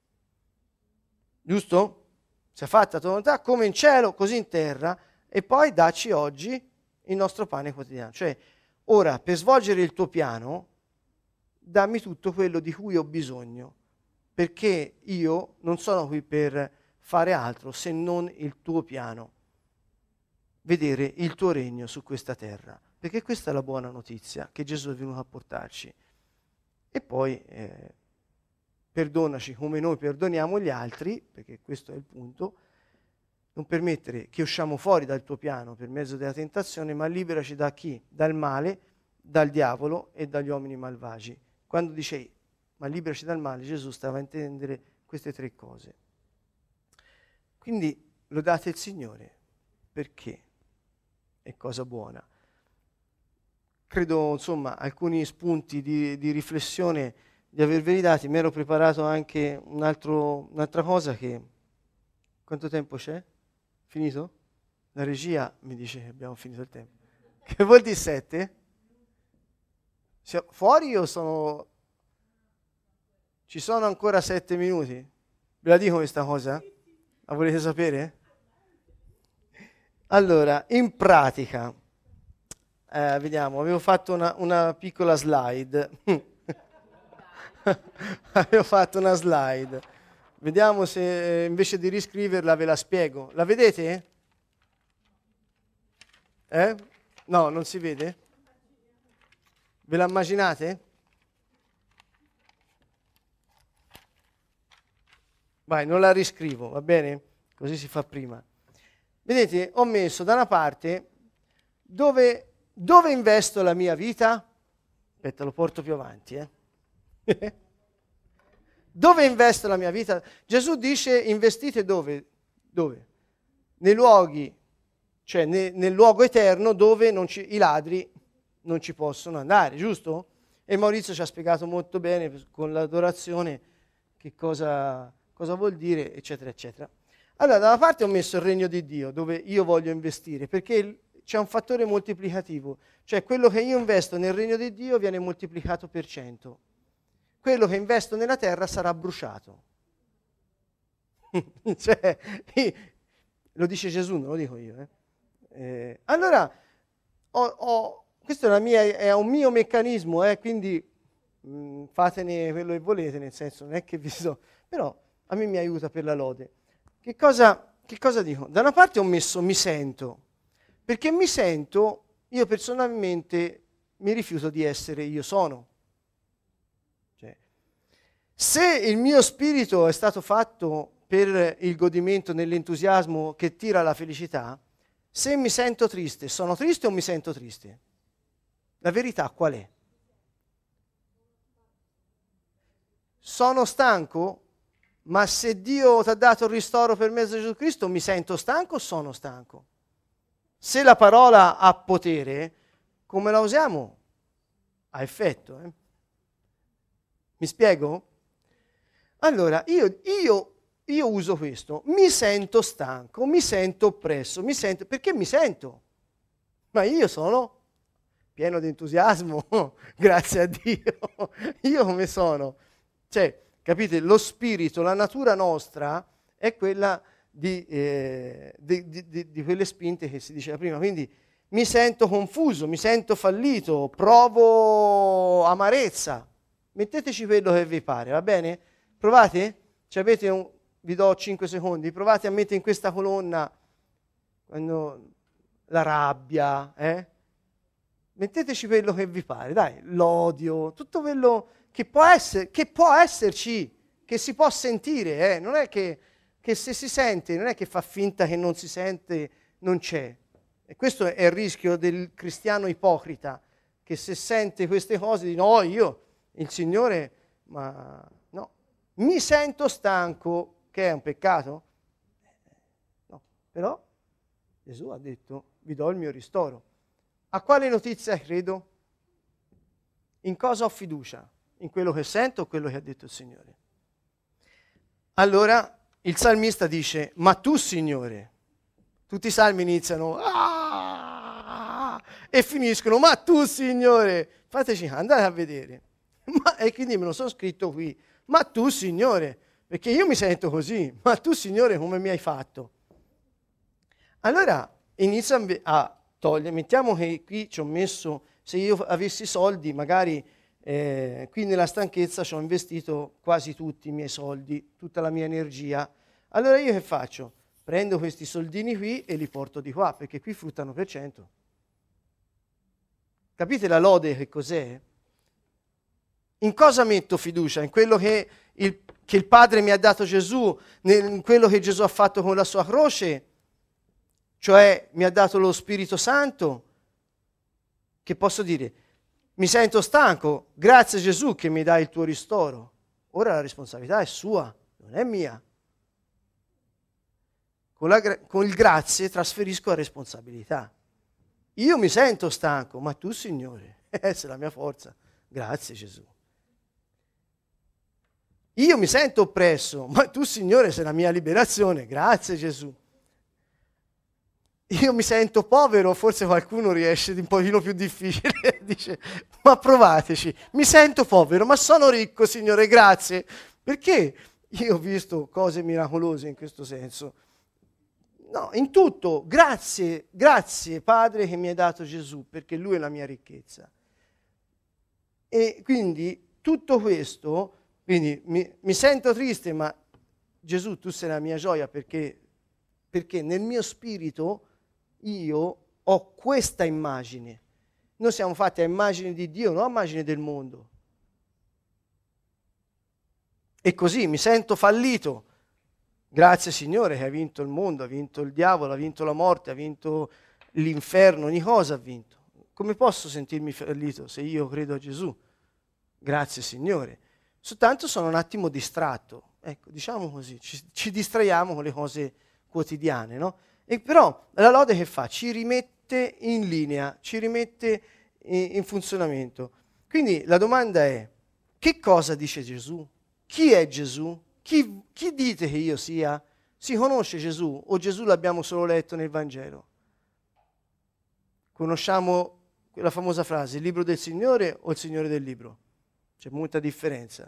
Giusto? Sia fatta la tua volontà come in cielo, così in terra, e poi dacci oggi il nostro pane quotidiano. Cioè, ora, per svolgere il tuo piano, dammi tutto quello di cui ho bisogno, perché io non sono qui per fare altro se non il tuo piano, vedere il tuo regno su questa terra, perché questa è la buona notizia che Gesù è venuto a portarci. E poi perdonaci come noi perdoniamo gli altri, perché questo è il punto. Non permettere che usciamo fuori dal tuo piano per mezzo della tentazione, ma liberaci da chi? Dal male, dal diavolo e dagli uomini malvagi. Quando dice ma liberaci dal male, Gesù stava a intendere queste tre cose. Quindi lodate il Signore, perché è cosa buona. Credo, insomma, alcuni spunti di riflessione di averveli dati. Mi ero preparato anche un'altra cosa che... Quanto tempo c'è? Finito? La regia mi dice che abbiamo finito il tempo. Che vuol dire 7? Fuori o sono... Ci sono ancora 7 minuti? Ve la dico questa cosa? La volete sapere? Allora, in pratica, vediamo, avevo fatto una piccola slide. Avevo fatto una slide. Vediamo se invece di riscriverla ve la spiego. La vedete? No, non si vede? Ve la immaginate? Vai, non la riscrivo, va bene? Così si fa prima. Vedete, ho messo da una parte dove investo la mia vita? Aspetta, lo porto più avanti, Dove investo la mia vita? Gesù dice investite dove? Dove? Nei luoghi, cioè nel luogo eterno dove i ladri non ci possono andare, giusto? E Maurizio ci ha spiegato molto bene con l'adorazione che cosa vuol dire, eccetera, eccetera. Allora, da una parte ho messo il regno di Dio, dove io voglio investire, perché c'è un fattore moltiplicativo, cioè quello che io investo nel regno di Dio viene moltiplicato per 100. Quello che investo nella terra sarà bruciato. Cioè, lo dice Gesù, non lo dico io. Allora, questo è un mio meccanismo, quindi fatene quello che volete, nel senso, non è che vi so... Però a me mi aiuta per la lode. Che cosa dico? Da una parte ho messo mi sento, perché mi sento, io personalmente mi rifiuto di essere io sono. Cioè, se il mio spirito è stato fatto per il godimento nell'entusiasmo che tira la felicità, se mi sento triste, sono triste o mi sento triste? La verità qual è? Sono stanco? Ma se Dio ti ha dato il ristoro per mezzo di Gesù Cristo, mi sento stanco o sono stanco? Se la parola ha potere, come la usiamo? Ha effetto. Mi spiego? Allora, io uso questo. Mi sento stanco, mi sento oppresso, perché mi sento? Ma io sono pieno di entusiasmo, grazie a Dio. Io come sono? Cioè, capite, lo spirito, la natura nostra è quella di quelle spinte che si diceva prima. Quindi mi sento confuso, mi sento fallito, provo amarezza. Metteteci quello che vi pare, va bene? Provate? Vi do 5 secondi, provate a mettere in questa colonna, quando la rabbia, metteteci quello che vi pare, dai, l'odio, tutto quello che può esserci, che si può sentire, non è che se si sente, non è che fa finta che non si sente, non c'è. E questo è il rischio del cristiano ipocrita, che se sente queste cose dice, no, io, il Signore, ma no, mi sento stanco, che è un peccato? No, però Gesù ha detto, vi do il mio ristoro. A quale notizia credo? In cosa ho fiducia? In quello che sento o quello che ha detto il Signore? Allora il salmista dice, ma tu Signore, tutti i salmi iniziano e finiscono, ma tu Signore, fateci, andate a vedere. E quindi me lo sono scritto qui, ma tu Signore, perché io mi sento così, ma tu Signore come mi hai fatto? Allora inizia a togliere, mettiamo che qui ci ho messo, se io avessi soldi magari qui nella stanchezza ci ho investito quasi tutti i miei soldi, tutta la mia energia. Allora io che faccio? Prendo questi soldini qui e li porto di qua, perché qui fruttano per 100. Capite la lode che cos'è? In cosa metto fiducia? In quello che il Padre mi ha dato Gesù, in quello che Gesù ha fatto con la sua croce, cioè mi ha dato lo Spirito Santo, che posso dire? Mi sento stanco, grazie Gesù che mi dai il tuo ristoro. Ora la responsabilità è sua, non è mia. Con il grazie trasferisco la responsabilità. Io mi sento stanco, ma tu Signore, sei la mia forza. Grazie Gesù. Io mi sento oppresso, ma tu Signore sei la mia liberazione. Grazie Gesù. Io mi sento povero, forse qualcuno riesce un pochino più difficile, dice, ma provateci, mi sento povero, ma sono ricco, Signore, grazie. Perché io ho visto cose miracolose in questo senso. No, in tutto, grazie Padre che mi hai dato Gesù, perché Lui è la mia ricchezza. E quindi tutto questo, quindi mi sento triste, ma Gesù tu sei la mia gioia, perché nel mio spirito io ho questa immagine. Noi siamo fatti a immagine di Dio, non a immagine del mondo. E così mi sento fallito. Grazie Signore che hai vinto il mondo, ha vinto il diavolo, ha vinto la morte, ha vinto l'inferno, ogni cosa ha vinto. Come posso sentirmi fallito se io credo a Gesù? Grazie Signore. Soltanto sono un attimo distratto. Ecco, diciamo così, ci distraiamo con le cose quotidiane, no? E però la lode che fa? Ci rimette in linea, ci rimette in funzionamento. Quindi la domanda è, che cosa dice Gesù? Chi è Gesù? Chi dite che io sia? Si conosce Gesù o Gesù l'abbiamo solo letto nel Vangelo? Conosciamo quella famosa frase, il libro del Signore o il Signore del libro? C'è molta differenza.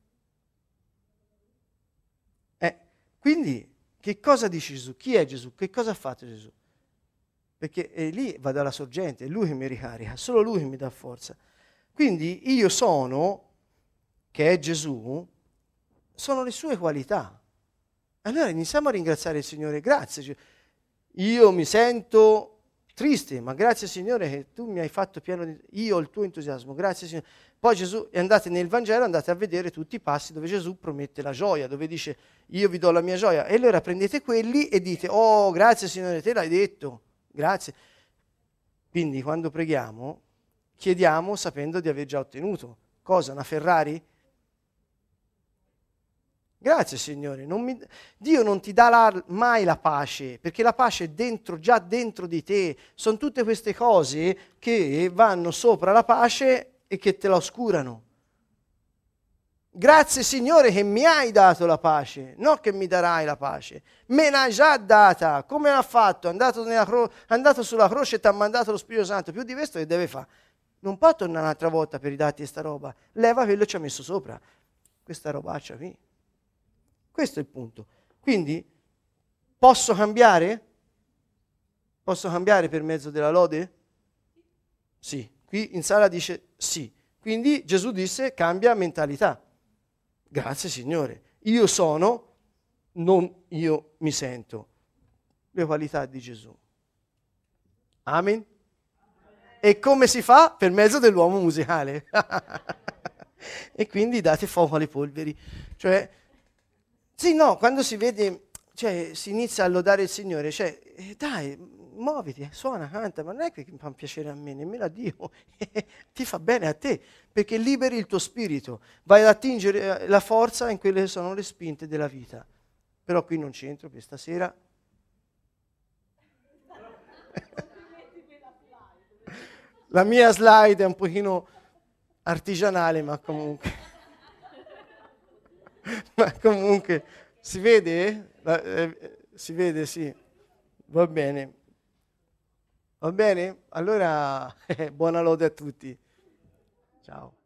Quindi, che cosa dice Gesù? Chi è Gesù? Che cosa ha fatto Gesù? Perché lì va dalla sorgente, è Lui che mi ricarica, solo Lui che mi dà forza. Quindi io sono, che è Gesù, sono le sue qualità. Allora iniziamo a ringraziare il Signore. Grazie. Io mi sento triste, ma grazie Signore che tu mi hai fatto pieno di... Io ho il tuo entusiasmo, grazie Signore. Poi Gesù, andate nel Vangelo, andate a vedere tutti i passi dove Gesù promette la gioia, dove dice io vi do la mia gioia. E allora prendete quelli e dite, oh grazie Signore, te l'hai detto, grazie. Quindi quando preghiamo, chiediamo sapendo di aver già ottenuto. Cosa? Una Ferrari? Grazie Signore, Dio non ti dà mai la pace, perché la pace è dentro, già dentro di te. Sono tutte queste cose che vanno sopra la pace e che te la oscurano. Grazie Signore che mi hai dato la pace, non che mi darai la pace. Me l'hai già data. Come l'ha fatto? È andato sulla croce e ti ha mandato lo Spirito Santo. Più di questo che deve fare? Non può tornare un'altra volta per ridarti sta roba. Leva quello che ci ha messo sopra. Questa robaccia qui. Questo è il punto. Quindi, posso cambiare? Posso cambiare per mezzo della lode? Sì. Qui in sala dice sì. Quindi Gesù disse cambia mentalità. Grazie Signore. Io sono, non io mi sento. Le qualità di Gesù. Amen? E come si fa? Per mezzo dell'uomo musicale. E quindi date fuoco alle polveri. Cioè, sì, no, quando si vede, cioè, si inizia a lodare il Signore, cioè, dai, muoviti, suona, canta, ma non è che mi fa piacere a me, nemmeno a Dio, ti fa bene a te, perché liberi il tuo spirito, vai ad attingere la forza in quelle che sono le spinte della vita. Però qui non c'entro per stasera. La mia slide è un pochino artigianale, ma comunque, ma comunque si vede? Si vede, sì. Va bene. Va bene? Allora, buona lode a tutti. Ciao.